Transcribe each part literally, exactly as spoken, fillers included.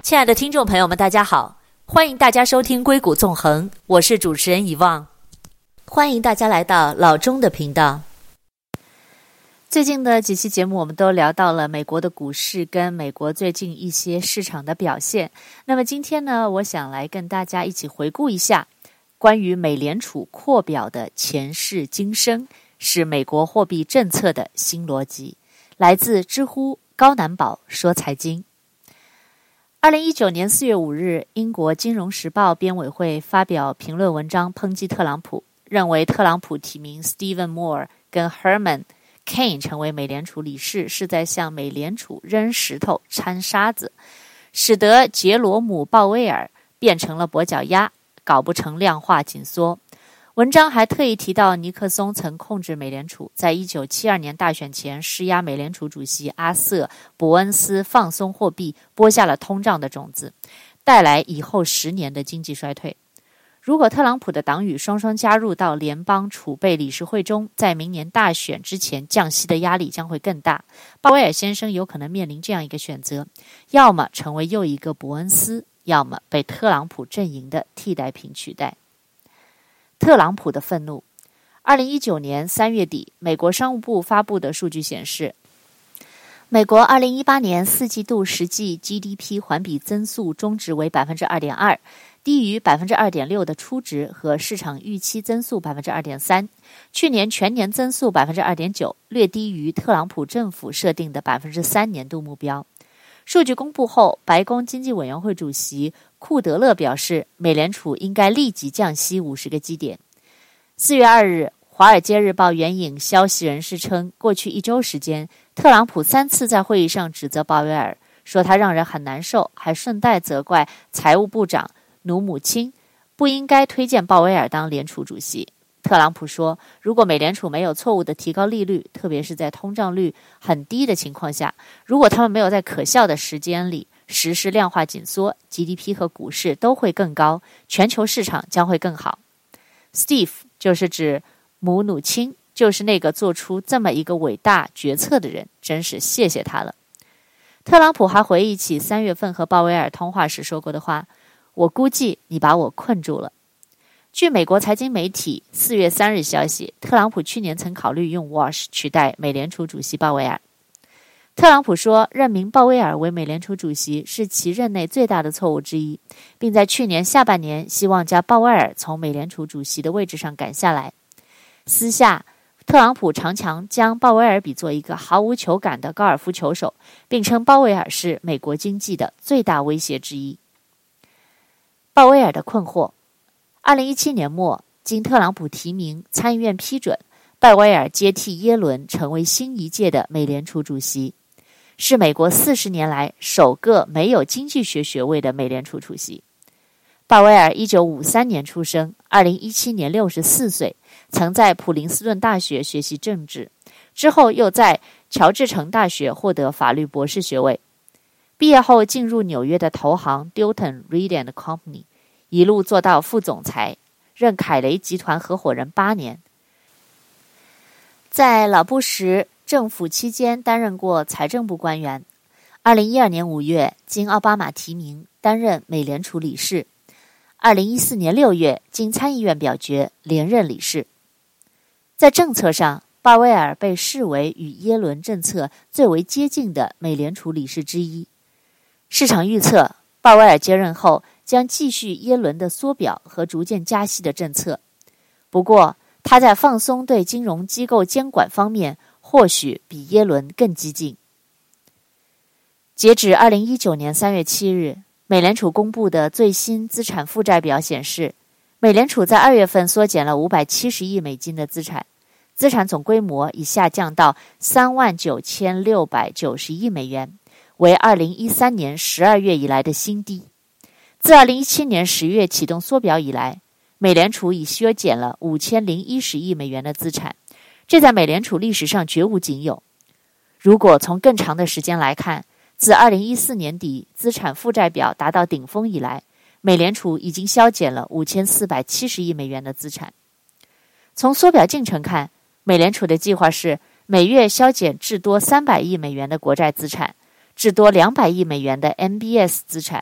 亲爱的听众朋友们，大家好，欢迎大家收听硅谷纵横，我是主持人遗忘，欢迎大家来到老钟的频道。最近的几期节目我们都聊到了美国的股市跟美国最近一些市场的表现，那么今天呢，我想来跟大家一起回顾一下关于美联储扩表的前世今生，是美国货币政策的新逻辑，来自知乎高难宝说财经。二零一九年四月五日，英国金融时报编委会发表评论文章抨击特朗普，认为特朗普提名 Stephen Moore 跟 Herman Cain 成为美联储理事是在向美联储扔石头掺沙子，使得杰罗姆·鲍威尔变成了跛脚鸭，搞不成量化紧缩。文章还特意提到尼克松曾控制美联储，在一九七二年大选前施压美联储主席阿瑟·伯恩斯放松货币，播下了通胀的种子，带来以后十年的经济衰退。如果特朗普的党羽双双加入到联邦储备理事会中，在明年大选之前降息的压力将会更大。鲍威尔先生有可能面临这样一个选择，要么成为又一个伯恩斯，要么被特朗普阵营的替代品取代。特朗普的愤怒。二零一九年三月底，美国商务部发布的数据显示，美国二零一八年四季度实际 G D P 环比增速中值为 百分之二点二， 低于 百分之二点六 的初值和市场预期增速 百分之二点三， 去年全年增速 百分之二点九， 略低于特朗普政府设定的 百分之三 年度目标。数据公布后，白宫经济委员会主席库德勒表示，美联储应该立即降息五十个基点。四月二日，华尔街日报援引消息人士称，过去一周时间，特朗普三次在会议上指责鲍威尔，说他让人很难受，还顺带责怪财务部长努姆钦不应该推荐鲍威尔当联储主席。特朗普说，如果美联储没有错误的提高利率，特别是在通胀率很低的情况下，如果他们没有在可笑的时间里实施量化紧缩， G D P 和股市都会更高，全球市场将会更好。 Steve 就是指姆努钦，就是那个做出这么一个伟大决策的人，真是谢谢他了。特朗普还回忆起三月份和鲍威尔通话时说过的话，我估计你把我困住了。据美国财经媒体四月三日消息，特朗普去年曾考虑用 Walsh 取代美联储主席鲍威尔。特朗普说，任命鲍威尔为美联储主席是其任内最大的错误之一，并在去年下半年希望将鲍威尔从美联储主席的位置上赶下来。私下，特朗普常常将鲍威尔比作一个毫无球感的高尔夫球手，并称鲍威尔是美国经济的最大威胁之一。鲍威尔的困惑。二零一七年末，经特朗普提名，参议院批准，鲍威尔接替耶伦成为新一届的美联储主席，是美国四十年来首个没有经济学学位的美联储主席。鲍威尔一九五三年出生，二零一七年六十四岁，曾在普林斯顿大学学习政治，之后又在乔治城大学获得法律博士学位。毕业后进入纽约的投行 Dilton Reed and Company，一路做到副总裁，任凯雷集团合伙人八年。在老布什政府期间担任过财政部官员。二零一二年五月，经奥巴马提名，担任美联储理事。二零一四年六月，经参议院表决，连任理事。在政策上，鲍威尔被视为与耶伦政策最为接近的美联储理事之一。市场预测，鲍威尔接任后将继续耶伦的缩表和逐渐加息的政策，不过他在放松对金融机构监管方面或许比耶伦更激进。截止二零一九年三月七日，美联储公布的最新资产负债表显示，美联储在二月份缩减了五百七十亿美金的资产，资产总规模已下降到三万九千六百九十亿美元，为二零一三年十二月以来的新低。自二零一七年十月启动缩表以来，美联储已削减了五千零一十亿美元的资产，这在美联储历史上绝无仅有。如果从更长的时间来看，自二零一四年底资产负债表达到顶峰以来，美联储已经削减了五千四百七十亿美元的资产。从缩表进程看，美联储的计划是每月削减至多三百亿美元的国债资产，至多两百亿美元的 M B S 资产，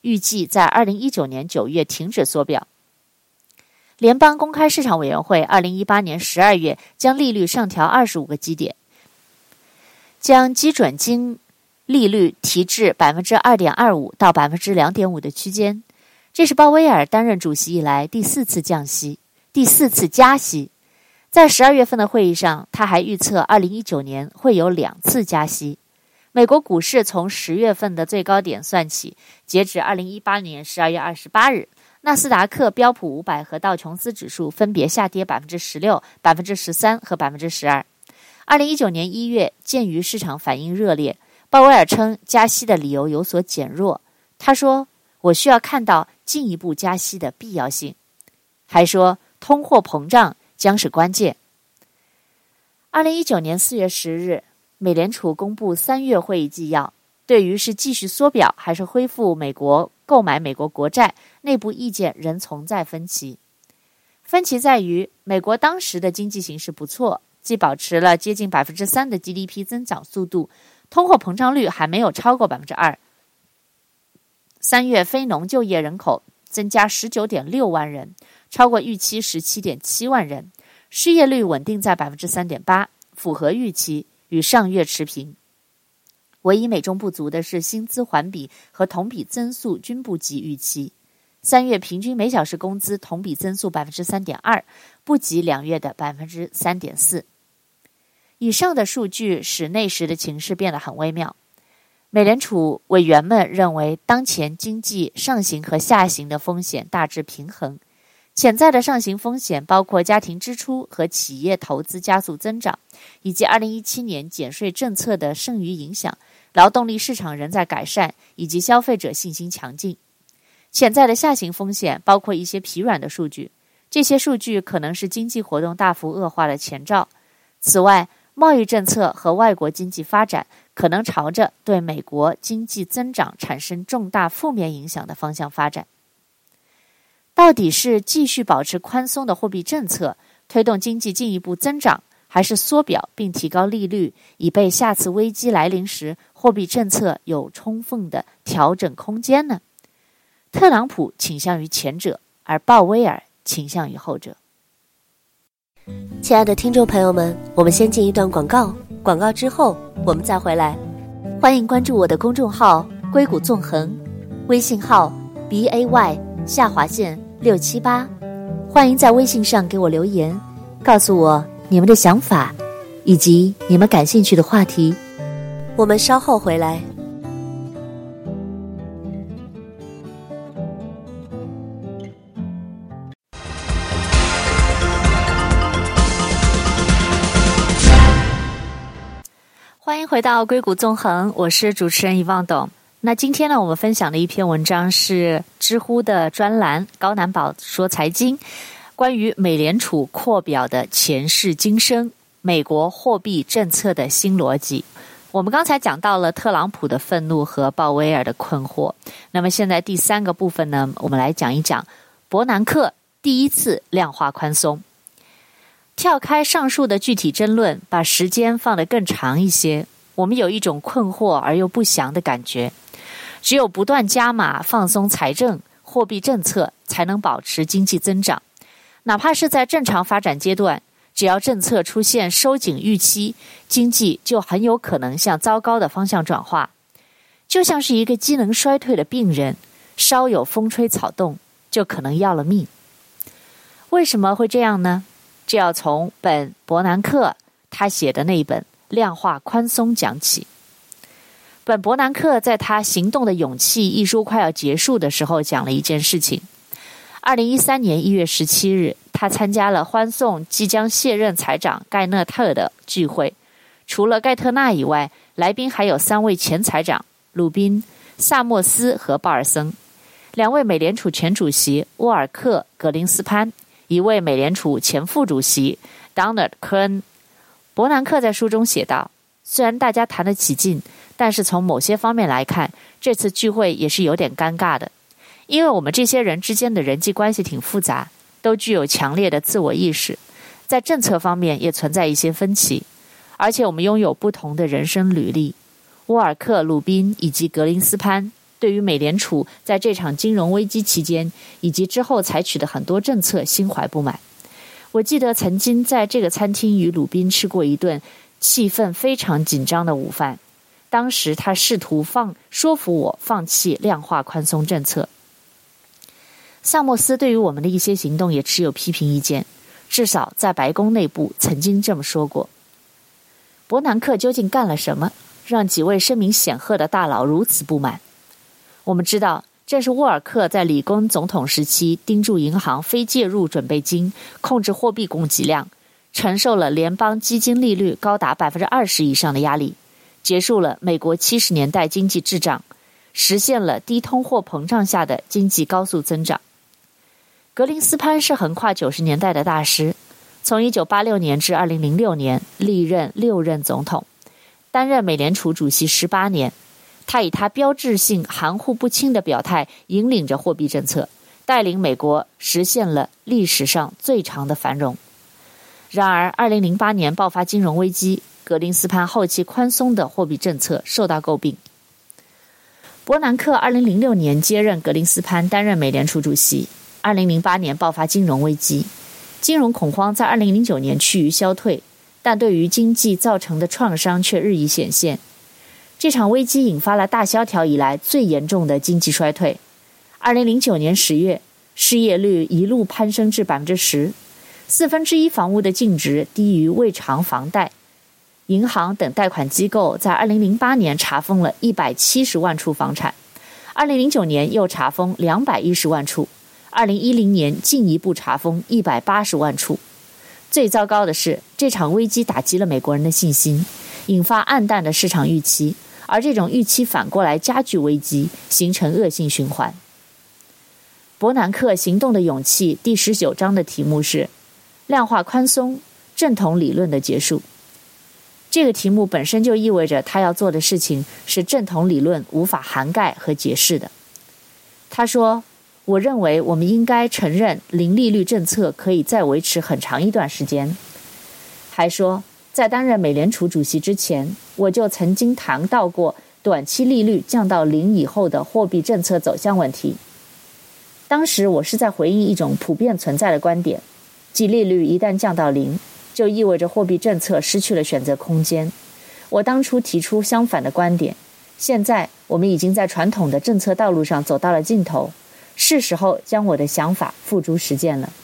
预计在二零一九年九月停止缩表。联邦公开市场委员会二零一八年十二月将利率上调二十五个基点，将基准金利率提至 百分之二点二五 到 百分之二点五 的区间。这是鲍威尔担任主席以来第四次降息，第四次加息。在十二月份的会议上，他还预测二零一九年会有两次加息。美国股市从十月份的最高点算起，截止二零一八年十二月二十八日，纳斯达克、标普五百和道琼斯指数分别下跌 百分之十六、百分之十三 和 百分之十二。二零一九年一月，鉴于市场反应热烈，鲍威尔称加息的理由有所减弱。他说，我需要看到进一步加息的必要性，还说通货膨胀将是关键。二零一九年四月十日，美联储公布三月会议纪要，对于是继续缩表还是恢复美国购买美国国债，内部意见仍存在分歧。分歧在于，美国当时的经济形势不错，既保持了接近 百分之三 的 G D P 增长速度，通货膨胀率还没有超过 百分之二。三月非农就业人口增加 十九点六万人，超过预期 十七点七万人，失业率稳定在 百分之三点八， 符合预期，与上月持平。唯一美中不足的是薪资环比和同比增速均不及预期。三月平均每小时工资同比增速 百分之三点二， 不及两月的 百分之三点四。以上的数据使内时的情势变得很微妙。美联储委员们认为，当前经济上行和下行的风险大致平衡，潜在的上行风险包括家庭支出和企业投资加速增长，以及二零一七年减税政策的剩余影响，劳动力市场仍在改善，以及消费者信心强劲。潜在的下行风险包括一些疲软的数据，这些数据可能是经济活动大幅恶化的前兆。此外，贸易政策和外国经济发展可能朝着对美国经济增长产生重大负面影响的方向发展。到底是继续保持宽松的货币政策，推动经济进一步增长，还是缩表并提高利率，以备下次危机来临时货币政策有充分的调整空间呢？特朗普倾向于前者，而鲍威尔倾向于后者。 亲爱的听众朋友们，我们先进一段广告，广告之后我们再回来。 欢迎关注我的公众号硅谷纵横，微信号 B A Y 下划线六七八，欢迎在微信上给我留言，告诉我你们的想法以及你们感兴趣的话题。 我们稍后回来。 欢迎回到硅谷纵横，我是主持人遗忘董。那今天呢，我们分享的一篇文章是知乎的专栏高难宝说财经，关于美联储扩表的前世今生，美国货币政策的新逻辑。我们刚才讲到了特朗普的愤怒和鲍威尔的困惑，那么现在第三个部分呢，我们来讲一讲伯南克第一次量化宽松。跳开上述的具体争论，把时间放得更长一些，我们有一种困惑而又不祥的感觉。只有不断加码放松财政、货币政策，才能保持经济增长。哪怕是在正常发展阶段，只要政策出现收紧预期，经济就很有可能向糟糕的方向转化。就像是一个机能衰退的病人，稍有风吹草动，就可能要了命。为什么会这样呢？这要从本伯南克他写的那一本《量化宽松》讲起。本伯南克在他《行动的勇气》一书快要结束的时候讲了一件事情。二零一三年一月十七日，他参加了欢送即将卸任财长盖纳特的聚会。除了盖特纳以外，来宾还有三位前财长鲁宾、萨默斯和鲍尔森，两位美联储前主席沃尔克、格林斯潘，一位美联储前副主席 Donald 科恩。伯南克在书中写道，虽然大家谈得起劲，但是从某些方面来看，这次聚会也是有点尴尬的，因为我们这些人之间的人际关系挺复杂，都具有强烈的自我意识，在政策方面也存在一些分歧，而且我们拥有不同的人生履历。沃尔克、鲁宾以及格林斯潘对于美联储在这场金融危机期间以及之后采取的很多政策心怀不满。我记得曾经在这个餐厅与鲁宾吃过一顿气氛非常紧张的午饭，当时他试图放说服我放弃量化宽松政策。萨默斯对于我们的一些行动也持有批评意见，至少在白宫内部曾经这么说过。伯南克究竟干了什么，让几位声名显赫的大佬如此不满？我们知道，这是沃尔克在里根总统时期叮嘱银行非介入准备金，控制货币供给量，承受了联邦基金利率高达 百分之二十 以上的压力，结束了美国七十年代经济滞胀，实现了低通货膨胀下的经济高速增长。格林斯潘是横跨九十年代的大师，从一九八六年至二零零六年历任六任总统，担任美联储主席十八年。他以他标志性含糊不清的表态引领着货币政策，带领美国实现了历史上最长的繁荣。然而二零零八年爆发金融危机，格林斯潘后期宽松的货币政策受到诟病。伯南克二零零六年接任格林斯潘担任美联储主席，二零零八年爆发金融危机，金融恐慌在二零零九年趋于消退，但对于经济造成的创伤却日益显现。这场危机引发了大萧条以来最严重的经济衰退。二零零九年十月，失业率一路攀升至 百分之十， 四分之一房屋的净值低于未偿房贷。银行等贷款机构在二零零八年查封了一百七十万处房产，二零零九年又查封两百一十万处，二零一零年进一步查封一百八十万处。最糟糕的是，这场危机打击了美国人的信心，引发暗淡的市场预期，而这种预期反过来加剧危机，形成恶性循环。伯南克行动的勇气第十九章的题目是量化宽松正统理论的结束。这个题目本身就意味着他要做的事情是正统理论无法涵盖和解释的。他说，我认为我们应该承认零利率政策可以再维持很长一段时间。还说，在担任美联储主席之前，我就曾经谈到过短期利率降到零以后的货币政策走向问题。当时我是在回应一种普遍存在的观点，即利率一旦降到零，就意味着货币政策失去了选择空间。我当初提出相反的观点，现在我们已经在传统的政策道路上走到了尽头，是时候将我的想法付诸实践了。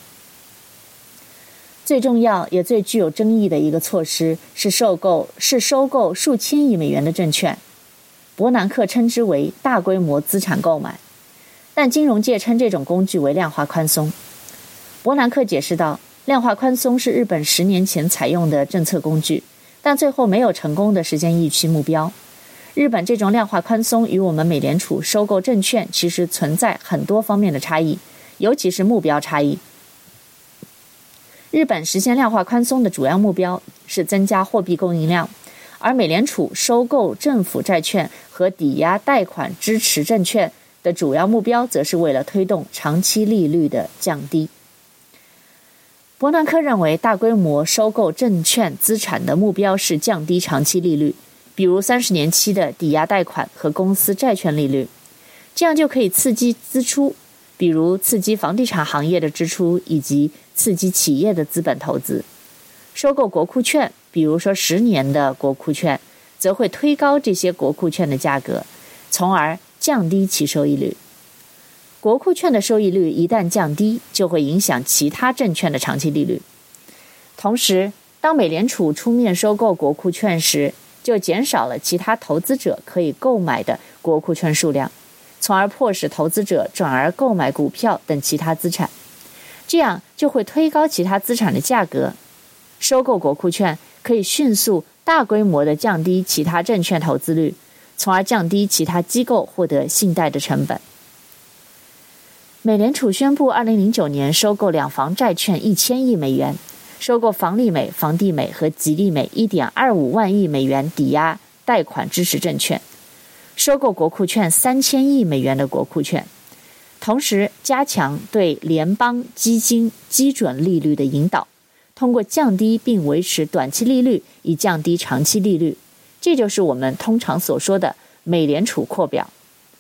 最重要也最具有争议的一个措施是收购是收购数千亿美元的证券，伯南克称之为大规模资产购买，但金融界称这种工具为量化宽松。伯南克解释道，量化宽松是日本十年前采用的政策工具，但最后没有成功的实现预期目标。日本这种量化宽松与我们美联储收购证券其实存在很多方面的差异，尤其是目标差异。日本实现量化宽松的主要目标是增加货币供应量，而美联储收购政府债券和抵押贷款支持证券的主要目标则是为了推动长期利率的降低。伯南克认为，大规模收购证券资产的目标是降低长期利率，比如三十年期的抵押贷款和公司债券利率，这样就可以刺激支出，比如刺激房地产行业的支出以及刺激企业的资本投资。收购国库券，比如说十年的国库券，则会推高这些国库券的价格，从而降低其收益率。国库券的收益率一旦降低，就会影响其他证券的长期利率。同时，当美联储出面收购国库券时，就减少了其他投资者可以购买的国库券数量，从而迫使投资者转而购买股票等其他资产，这样就会推高其他资产的价格。收购国库券可以迅速大规模地降低其他证券投资率，从而降低其他机构获得信贷的成本。美联储宣布二零零九年收购两房债券一千亿美元，收购房利美、房地美和吉利美 一点二五万亿美元抵押贷款支持证券，收购国库券三千亿美元的国库券，同时加强对联邦基金基准利率的引导，通过降低并维持短期利率以降低长期利率，这就是我们通常所说的美联储扩表。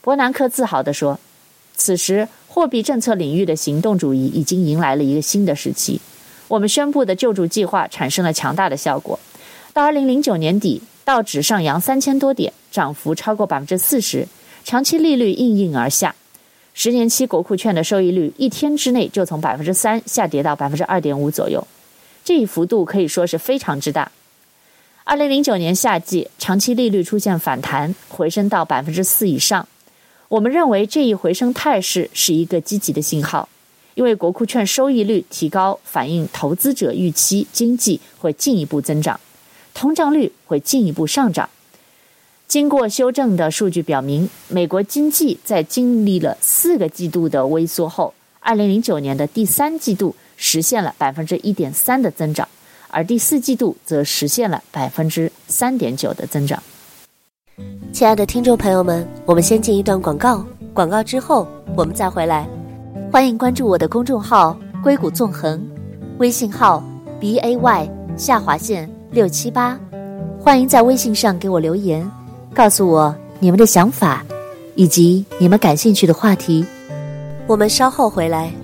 伯南克自豪地说，此时货币政策领域的行动主义已经迎来了一个新的时期，我们宣布的救助计划产生了强大的效果。到二零零九年底，道指上扬三千多点，涨幅超过 百分之四十， 长期利率应运而下，十年期国库券的收益率一天之内就从 百分之三 下跌到 百分之二点五 左右，这一幅度可以说是非常之大。二零零九年夏季，长期利率出现反弹，回升到 百分之四 以上。我们认为这一回升态势是一个积极的信号，因为国库券收益率提高，反映投资者预期经济会进一步增长，通胀率会进一步上涨。经过修正的数据表明，美国经济在经历了四个季度的萎缩后，二零零九年的第三季度实现了 百分之一点三 的增长，而第四季度则实现了 百分之三点九 的增长。 亲爱的听众朋友们，我们先进一段广告，广告之后我们再回来。 欢迎关注我的公众号硅谷纵横，微信号 B A Y 下划线六七八，欢迎在微信上给我留言，告诉我你们的想法以及你们感兴趣的话题。 我们稍后回来。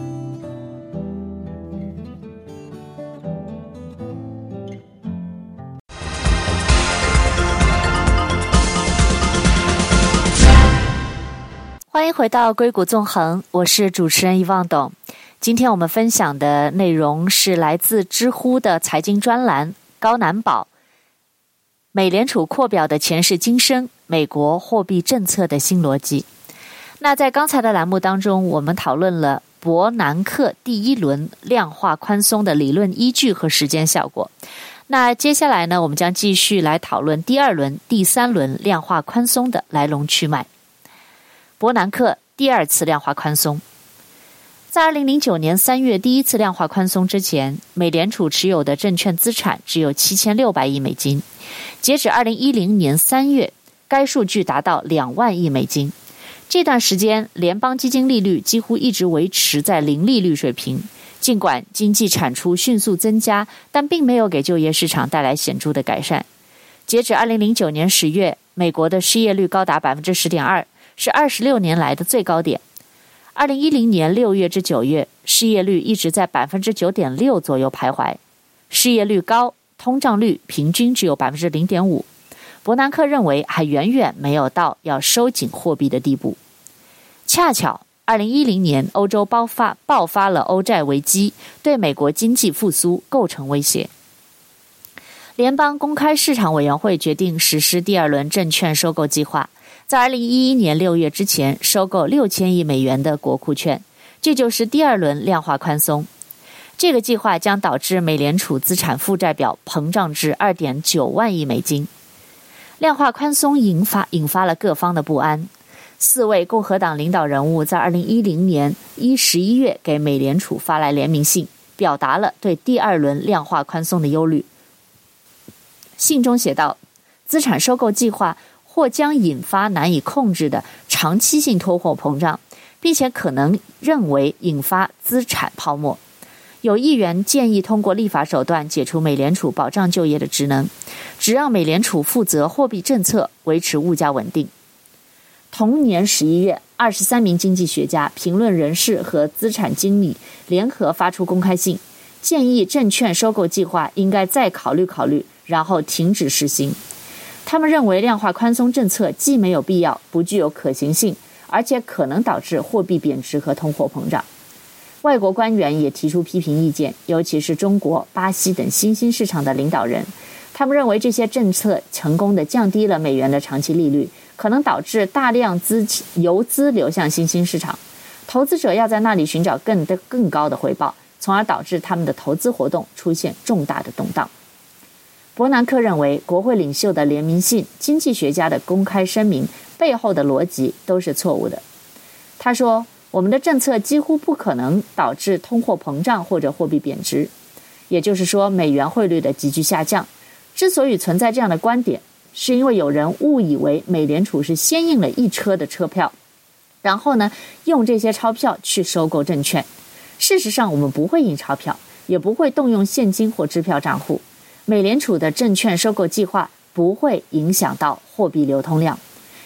欢迎回到硅谷纵横，我是主持人遗忘董。今天我们分享的内容是来自知乎的财经专栏，高难宝，美联储扩表的前世今生，美国货币政策的新逻辑。那在刚才的栏目当中，我们讨论了伯南克第一轮量化宽松的理论依据和实践效果。那接下来呢，我们将继续来讨论第二轮、第三轮量化宽松的来龙去脉。伯南克第二次量化宽松。在二零零九年三月第一次量化宽松之前，美联储持有的证券资产只有七千六百亿美金，截止二零一零年三月，该数据达到两万亿美金。这段时间，联邦基金利率几乎一直维持在零利率水平，尽管经济产出迅速增加，但并没有给就业市场带来显著的改善。截止二零零九年十月，美国的失业率高达 百分之十点二，是二十六年来的最高点。二零一零年六月至九月，失业率一直在 百分之九点六 左右徘徊。失业率高，通胀率平均只有 百分之零点五。伯南克认为还远远没有到要收紧货币的地步。恰巧二零一零年欧洲爆发爆发了欧债危机，对美国经济复苏构成威胁。联邦公开市场委员会决定实施第二轮证券收购计划，在二零一一年六月之前收购六千亿美元的国库券，这就是第二轮量化宽松。这个计划将导致美联储资产负债表膨胀至 二点九万亿美金。量化宽松引发引发了各方的不安。四位共和党领导人物在二零一零年十一月给美联储发来联名信，表达了对第二轮量化宽松的忧虑。信中写道，资产收购计划或将引发难以控制的长期性通货膨胀，并且可能认为引发资产泡沫。有议员建议通过立法手段解除美联储保障就业的职能，只让美联储负责货币政策，维持物价稳定。同年十一月，二十三名经济学家、评论人士和资产经理联合发出公开信，建议证券收购计划应该再考虑考虑，然后停止实行。他们认为量化宽松政策既没有必要，不具有可行性，而且可能导致货币贬值和通货膨胀。外国官员也提出批评意见，尤其是中国、巴西等新兴市场的领导人。他们认为这些政策成功地降低了美元的长期利率，可能导致大量资游资流向新兴市场，投资者要在那里寻找更的更高的回报，从而导致他们的投资活动出现重大的动荡。伯南克认为，国会领袖的联名信、经济学家的公开声明背后的逻辑都是错误的。他说，我们的政策几乎不可能导致通货膨胀或者货币贬值，也就是说美元汇率的急剧下降。之所以存在这样的观点，是因为有人误以为美联储是先印了一车的车票，然后呢，用这些钞票去收购证券。事实上，我们不会印钞票，也不会动用现金或支票账户。美联储的证券收购计划不会影响到货币流通量，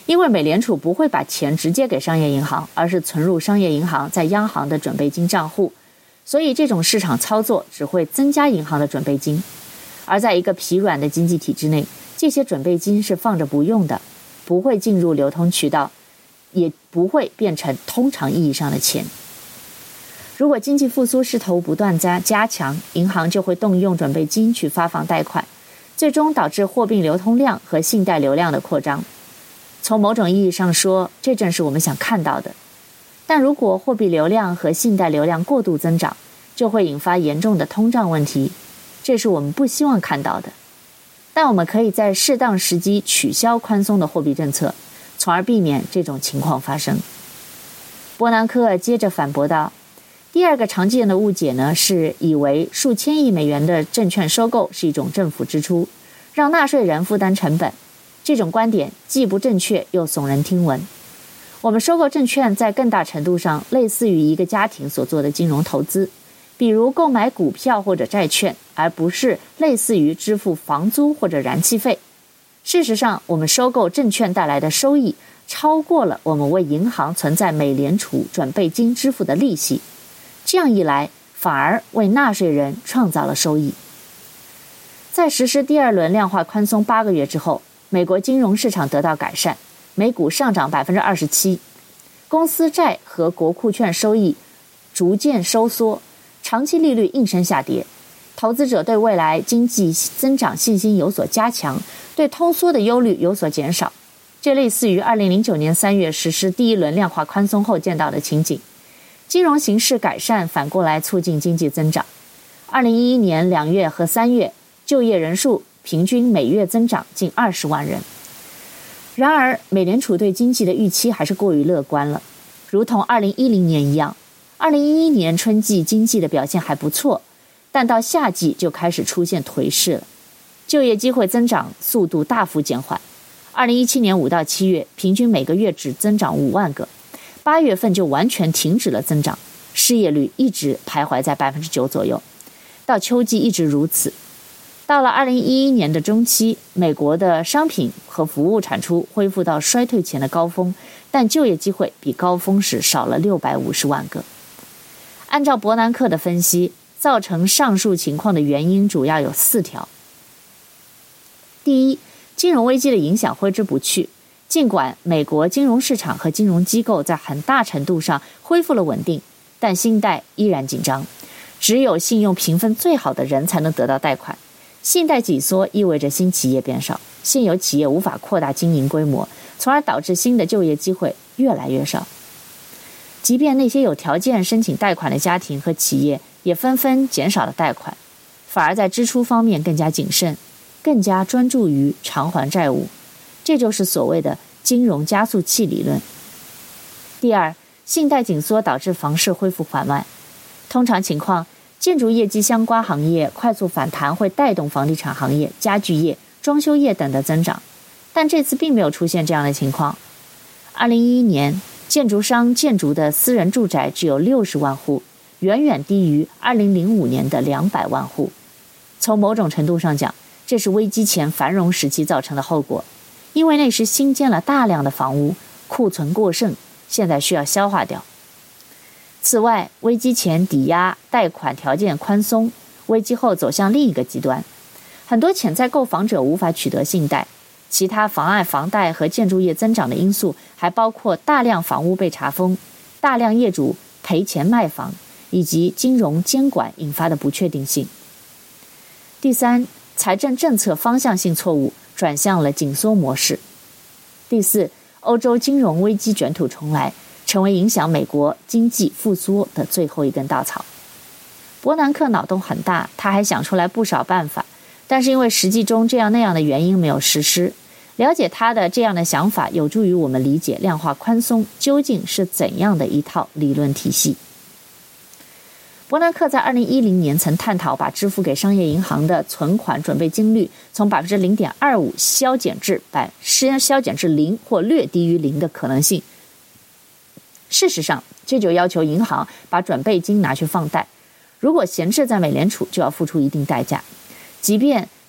因为美联储不会把钱直接给商业银行，而是存入商业银行在央行的准备金账户，所以这种市场操作只会增加银行的准备金。而在一个疲软的经济体制内，这些准备金是放着不用的，不会进入流通渠道，也不会变成通常意义上的钱。如果经济复苏势头不断加加强，银行就会动用准备金去发放贷款，最终导致货币流通量和信贷流量的扩张。从某种意义上说，这正是我们想看到的。但如果货币流量和信贷流量过度增长，就会引发严重的通胀问题，这是我们不希望看到的。但我们可以在适当时机取消宽松的货币政策，从而避免这种情况发生。伯南克接着反驳道，第二个常见的误解呢，是以为数千亿美元的证券收购是一种政府支出，让纳税人负担成本。这种观点既不正确又耸人听闻。我们收购证券在更大程度上类似于一个家庭所做的金融投资，比如购买股票或者债券，而不是类似于支付房租或者燃气费。事实上，我们收购证券带来的收益超过了我们为银行存在美联储准备金支付的利息，这样一来反而为纳税人创造了收益。在实施第二轮量化宽松八个月之后，美国金融市场得到改善，美股上涨 百分之二十七， 公司债和国库券收益逐渐收缩，长期利率应声下跌，投资者对未来经济增长信心有所加强，对通缩的忧虑有所减少。这类似于二零零九年三月实施第一轮量化宽松后见到的情景。金融形势改善反过来促进经济增长。二零一一年两月和三月就业人数平均每月增长近二十万人。然而，美联储对经济的预期还是过于乐观了，如同二零一零年一样。二零一一年春季经济的表现还不错，但到夏季就开始出现颓势了，就业机会增长速度大幅减缓。二零一七年五到七月，平均每个月只增长五万个，八月份就完全停止了增长，失业率一直徘徊在百分之九左右，到秋季一直如此。到了二零一一年的中期，美国的商品和服务产出恢复到衰退前的高峰，但就业机会比高峰时少了六百五十万个。按照伯南克的分析，造成上述情况的原因主要有四条。第一，金融危机的影响挥之不去，尽管美国金融市场和金融机构在很大程度上恢复了稳定，但信贷依然紧张，只有信用评分最好的人才能得到贷款。信贷紧缩意味着新企业变少，现有企业无法扩大经营规模，从而导致新的就业机会越来越少。即便那些有条件申请贷款的家庭和企业也纷纷减少了贷款，反而在支出方面更加谨慎，更加专注于偿还债务。这就是所谓的金融加速器理论。第二，信贷紧缩导致房市恢复缓慢。通常情况，建筑业及相关行业快速反弹会带动房地产行业、家具业、装修业等的增长，但这次并没有出现这样的情况。二零一一年，建筑商建筑的私人住宅只有六十万户，远远低于二零零五年的两百万户。从某种程度上讲，这是危机前繁荣时期造成的后果，因为那时新建了大量的房屋，库存过剩，现在需要消化掉。此外，危机前抵押贷款条件宽松，危机后走向另一个极端，很多潜在购房者无法取得信贷。其他妨碍房贷和建筑业增长的因素还包括大量房屋被查封、大量业主赔钱卖房，以及金融监管引发的不确定性。第三，财政政策方向性错误，转向了紧缩模式。第四，欧洲金融危机卷土重来，成为影响美国经济复苏的最后一根稻草。伯南克脑洞很大，他还想出来不少办法，但是因为实际中这样那样的原因没有实施。了解他的这样的想法，有助于我们理解量化宽松究竟是怎样的一套理论体系。伯南克在二零一零年曾探讨把支付给商业银行的存款准备金率从 百分之零点二五 削减至百削减至零或略低于零的可能性。事实上，这就要求银行把准备金拿去放贷，如果闲置在美联储，就要付出一定代价。即便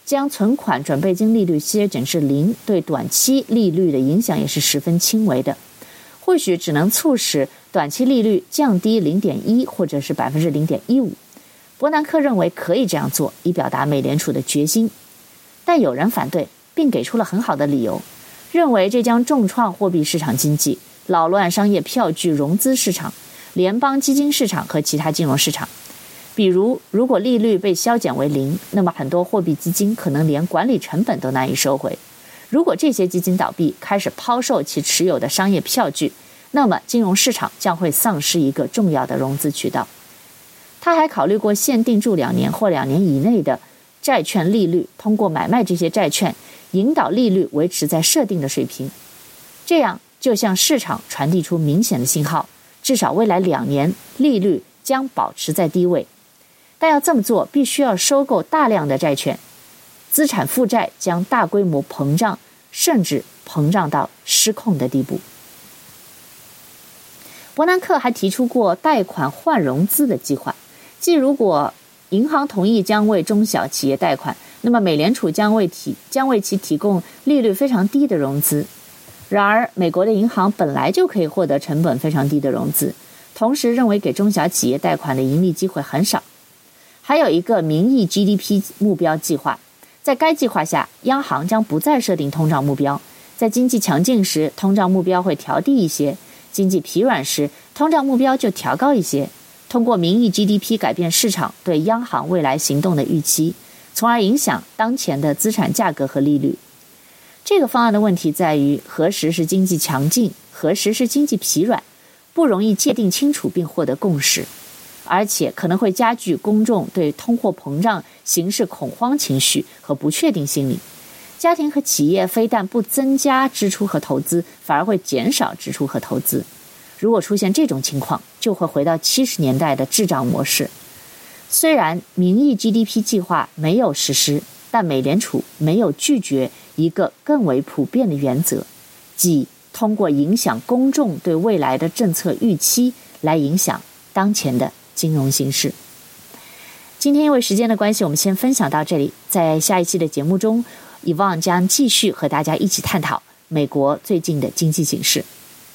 将存款准备金利率削减至零，对短期利率的影响也是十分轻微的，或许只能促使短期利率降低 零点一 或者是 百分之零点一五。伯南克认为可以这样做，以表达美联储的决心，但有人反对，并给出了很好的理由，认为这将重创货币市场经济，扰乱商业票据融资市场、联邦基金市场和其他金融市场。比如，如果利率被削减为零，那么很多货币基金可能连管理成本都难以收回。如果这些基金倒闭，开始抛售其持有的商业票据，那么金融市场将会丧失一个重要的融资渠道。他还考虑过限定住两年或两年以内的债券利率，通过买卖这些债券，引导利率维持在设定的水平，这样就向市场传递出明显的信号，至少未来两年利率将保持在低位。但要这么做，必须要收购大量的债券，资产负债将大规模膨胀，甚至膨胀到失控的地步。伯南克还提出过贷款换融资的计划，即如果银行同意将为中小企业贷款，那么美联储将为提将为其提供利率非常低的融资。然而，美国的银行本来就可以获得成本非常低的融资，同时认为给中小企业贷款的盈利机会很少。还有一个名义 G D P 目标计划，在该计划下，央行将不再设定通胀目标，在经济强劲时，通胀目标会调低一些，经济疲软时，通胀目标就调高一些，通过名义 G D P 改变市场对央行未来行动的预期，从而影响当前的资产价格和利率。这个方案的问题在于，何时是经济强劲，何时是经济疲软，不容易界定清楚并获得共识，而且可能会加剧公众对通货膨胀形势恐慌情绪和不确定心理。家庭和企业非但不增加支出和投资，反而会减少支出和投资。如果出现这种情况，就会回到七十年代的滞胀模式。虽然名义 G D P 计划没有实施，但美联储没有拒绝一个更为普遍的原则，即通过影响公众对未来的政策预期来影响当前的金融形势。今天因为时间的关系，我们先分享到这里。在下一期的节目中，以望将继续和大家一起探讨美国最近的经济形势。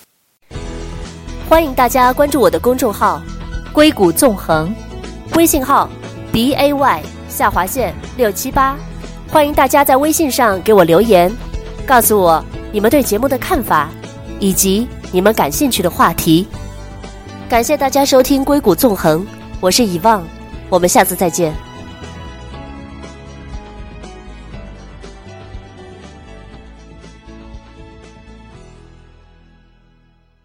欢迎大家关注我的公众号硅谷纵横， 微信号 B A Y 下划线六七八，欢迎大家在微信上给我留言，告诉我你们对节目的看法，以及你们感兴趣的话题。感谢大家收听硅谷纵横，我是以望，我们下次再见。